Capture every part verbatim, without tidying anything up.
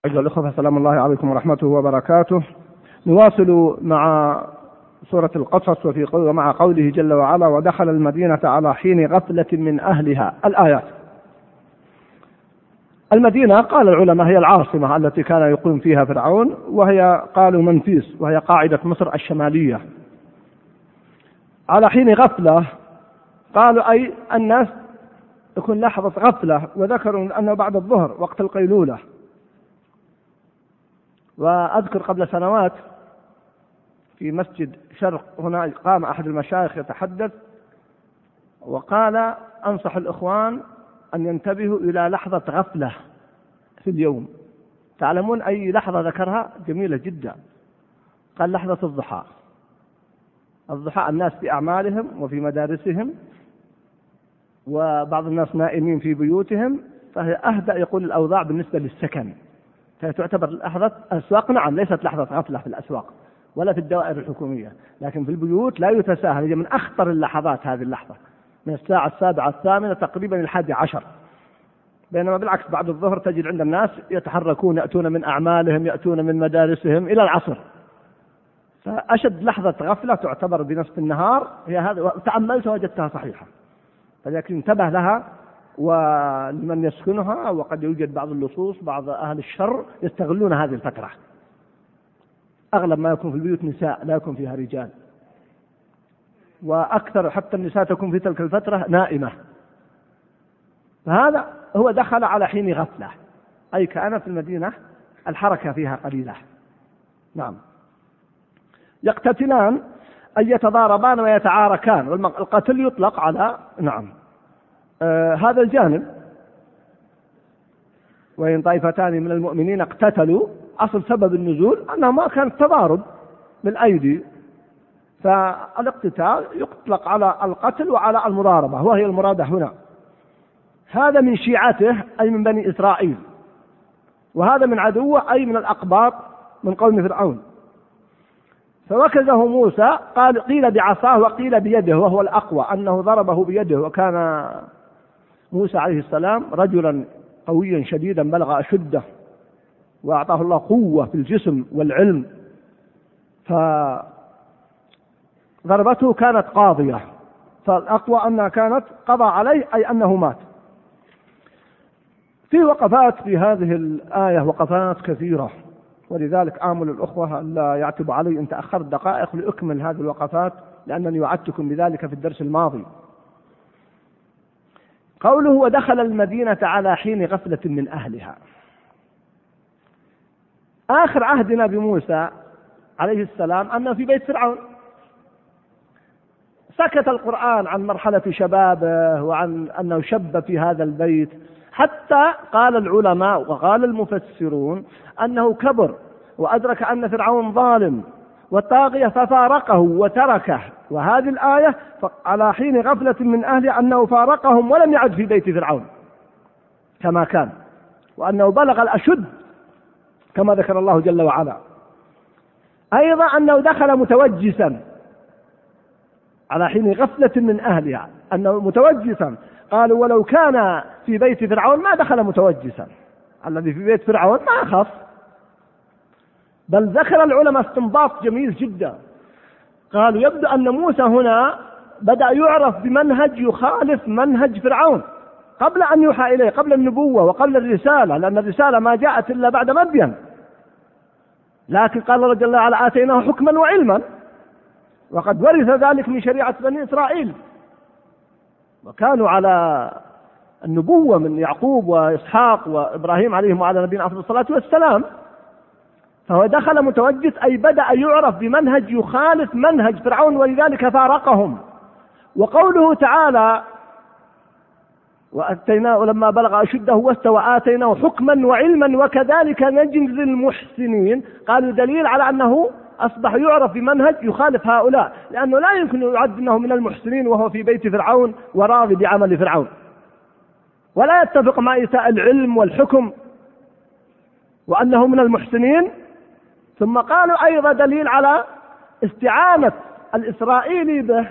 أيها الأخوة، سلام الله عليكم ورحمته وبركاته. نواصل مع سورة القصص وفي ومع قوله جل وعلا: ودخل المدينة على حين غفلة من أهلها. الآيات. المدينة قال العلماء هي العاصمة التي كان يقيم فيها فرعون، وهي قالوا منفيس، وهي قاعدة مصر الشمالية. على حين غفلة قالوا أي الناس يكون لحظة غفلة، وذكروا أنه بعد الظهر وقت القيلولة. وأذكر قبل سنوات في مسجد شرق هنا قام أحد المشايخ يتحدث وقال: أنصح الإخوان أن ينتبهوا إلى لحظة غفلة في اليوم. تعلمون أي لحظة ذكرها؟ جميلة جدا. قال: لحظة الضحى. الضحى الناس في أعمالهم وفي مدارسهم، وبعض الناس نائمين في بيوتهم، فهي أهدأ يقول الأوضاع بالنسبة للسكن، فهي تعتبر لحظة أسواق. نعم، ليست لحظة غفلة في الأسواق ولا في الدوائر الحكومية، لكن في البيوت لا يتساهل. هي من أخطر اللحظات هذه اللحظة، من الساعة السابعة الثامنة تقريبا الحادي عشر، بينما بالعكس بعد الظهر تجد عند الناس يتحركون، يأتون من أعمالهم، يأتون من مدارسهم إلى العصر. فأشد لحظة غفلة تعتبر بنصف النهار هي هذا، وتأملت وجدتها صحيحة، فلكن انتبه لها ولمن يسكنها. وقد يوجد بعض اللصوص، بعض أهل الشر يستغلون هذه الفترة. أغلب ما يكون في البيوت نساء، لا يكون فيها رجال، وأكثر حتى النساء تكون في تلك الفترة نائمة. فهذا هو دخل على حين غفلة، أي كان في المدينة الحركة فيها قليلة. نعم. يقتتلان أي يتضاربان ويتعاركان، والقتل يطلق على نعم آه هذا الجانب. وإن طائفتان من المؤمنين اقتتلوا، أصل سبب النزول أنه ما كان تضارب بالأيدي، فالاقتتال يطلق على القتل وعلى المضاربة، وهي المرادة هنا. هذا من شيعته أي من بني إسرائيل، وهذا من عدوه أي من الأقباط من قوم فرعون. فوكزه موسى، قال قيل بعصاه وقيل بيده، وهو الأقوى أنه ضربه بيده. وكان موسى عليه السلام رجلا قويا شديدا بلغ أشده، وأعطاه الله قوة في الجسم والعلم، فضربته كانت قاضية، فالأقوى أنها كانت قضى عليه أي أنه مات. في وقفات في هذه الآية، وقفات كثيرة، ولذلك آمل الأخوة لا يعتبوا علي إن تأخرت دقائق لأكمل هذه الوقفات، لأنني وعدتكم بذلك في الدرس الماضي. قوله: ودخل المدينة على حين غفلة من أهلها. آخر عهدنا بموسى عليه السلام أنه في بيت فرعون. سكت القرآن عن مرحلة شبابه وعن أنه شب في هذا البيت، حتى قال العلماء وقال المفسرون أنه كبر وأدرك أن فرعون ظالم وطاغية ففارقه وتركه. وهذه الآية على حين غفلة من أهله أنه فارقهم ولم يعد في بيت فرعون كما كان، وأنه بلغ الأشد كما ذكر الله جل وعلا. أيضا أنه دخل متوجسا على حين غفلة من أهلها، أنه متوجسا. قالوا ولو كان في بيت فرعون ما دخل متوجسا، الذي في بيت فرعون ما خف. بل ذكر العلماء استنباط جميل جدا، قالوا يبدو أن موسى هنا بدأ يعرف بمنهج يخالف منهج فرعون قبل أن يوحى إليه، قبل النبوة وقبل الرسالة، لأن الرسالة ما جاءت إلا بعد مدين. لكن قال الله جل وعلا: آتيناه حكما وعلما، وقد ورث ذلك من شريعة بني إسرائيل، وكانوا على النبوة من يعقوب وإسحاق وإبراهيم عليهم وعلى نبينا أفضل الصلاة والسلام. فهو دخل متوجس أي بدأ يعرف بمنهج يخالف منهج فرعون، ولذلك فارقهم. وقوله تعالى: وأتيناه لما بلغ أشده واستوى آتيناه حكما وعلما وكذلك نجزي المحسنين، قالوا دليل على أنه أصبح يعرف بمنهج يخالف هؤلاء، لأنه لا يمكن أن يعد أنه من المحسنين وهو في بيت فرعون وراضي بعمل فرعون، ولا يتفق مع إيتاء العلم والحكم وأنه من المحسنين. ثم قالوا أيضا دليل على استعانة الإسرائيلي به،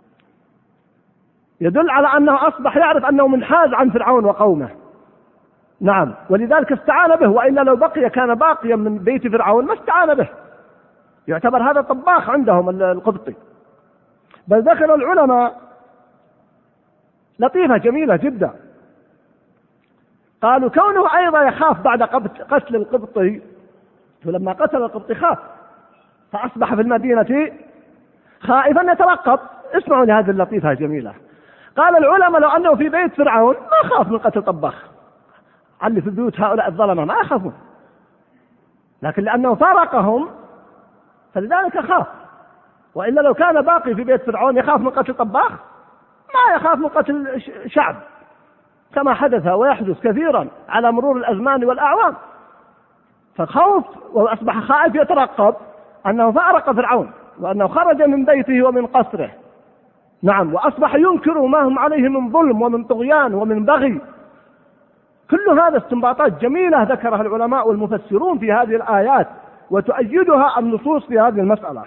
يدل على أنه أصبح يعرف أنه منحاز عن فرعون وقومه، نعم، ولذلك استعان به، وإلا لو بقي كان باقيا من بيت فرعون ما استعان به، يعتبر هذا طباخ عندهم القبطي. بل ذكر العلماء لطيفة جميلة جدا، قالوا كونه أيضا يخاف بعد قتل القبطي، ولما قتل القبطي خاف فأصبح في المدينة خائفا يترقب. اسمعوا لهذه اللطيفة جميلة. قال العلماء لو أنه في بيت فرعون ما خاف من قتل طباخ، علي في بيوت هؤلاء الظلمة ما يخافون، لكن لأنه فارقهم فلذلك خاف. وإلا لو كان باقي في بيت فرعون يخاف من قتل طباخ ما يخاف من قتل شعب، كما حدث ويحدث كثيرا على مرور الأزمان والأعوام. فخوف وأصبح خائف يترقب أنه فارق فرعون وأنه خرج من بيته ومن قصره. نعم، وأصبح ينكر ما هم عليه من ظلم ومن طغيان ومن بغي. كل هذا استنباطات جميلة ذكرها العلماء والمفسرون في هذه الآيات، وتؤيدها النصوص في هذه المسألة.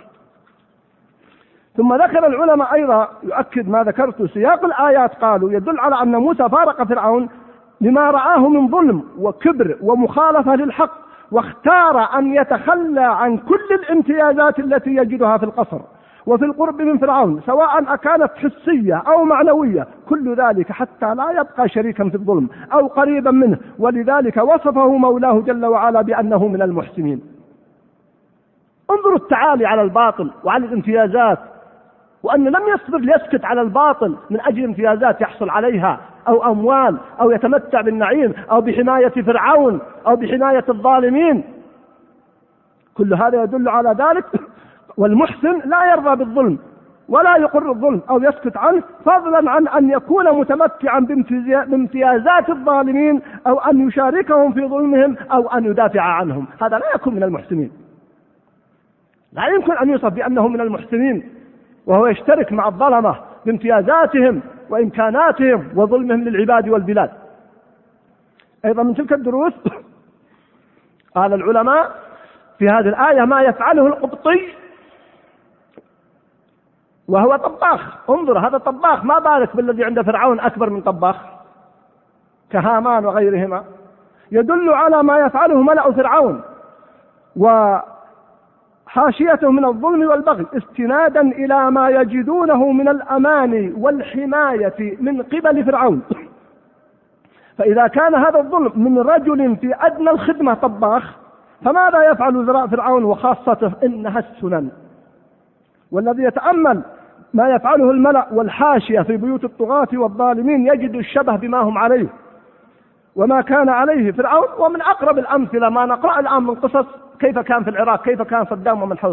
ثم ذكر العلماء أيضا يؤكد ما ذكرت سياق الآيات، قالوا يدل على أن موسى فارق فرعون لما رآه من ظلم وكبر ومخالفة للحق، واختار أن يتخلى عن كل الامتيازات التي يجدها في القصر وفي القرب من فرعون، سواء أكانت حسية أو معنوية، كل ذلك حتى لا يبقى شريكا في الظلم أو قريبا منه. ولذلك وصفه مولاه جل وعلا بأنه من المحسنين. انظروا التعالي على الباطل وعلى الامتيازات، وأنه لم يصبر ليسكت على الباطل من أجل امتيازات يحصل عليها أو أموال أو يتمتع بالنعيم أو بحماية فرعون أو بحماية الظالمين. كل هذا يدل على ذلك. والمحسن لا يرضى بالظلم ولا يقر الظلم أو يسكت عنه، فضلا عن أن يكون متمتعا بامتيازات الظالمين أو أن يشاركهم في ظلمهم أو أن يدافع عنهم. هذا لا يكون من المحسنين، لا يمكن أن يوصف بأنه من المحسنين وهو يشترك مع الظلمة بامتيازاتهم وإمكاناتهم وظلمهم للعباد والبلاد. أيضا من تلك الدروس قال العلماء في هذه الآية ما يفعله القبطي وهو طباخ. انظر، هذا طباخ، ما بالك بالذي عند فرعون أكبر من طباخ كهامان وغيرهما. يدل على ما يفعله ملأ فرعون وحاشيته من الظلم والبغي استنادا إلى ما يجدونه من الأمان والحماية من قبل فرعون. فإذا كان هذا الظلم من رجل في أدنى الخدمة طباخ، فماذا يفعل ذراء فرعون وخاصته؟ إنها السنن. والذي يتأمل ما يفعله الملأ والحاشية في بيوت الطغاة والظالمين يجد الشبه بما هم عليه وما كان عليه فرعون. ومن أقرب الأمثلة ما نقرأ الآن من قصص كيف كان في العراق، كيف كان صدام ومن حوله.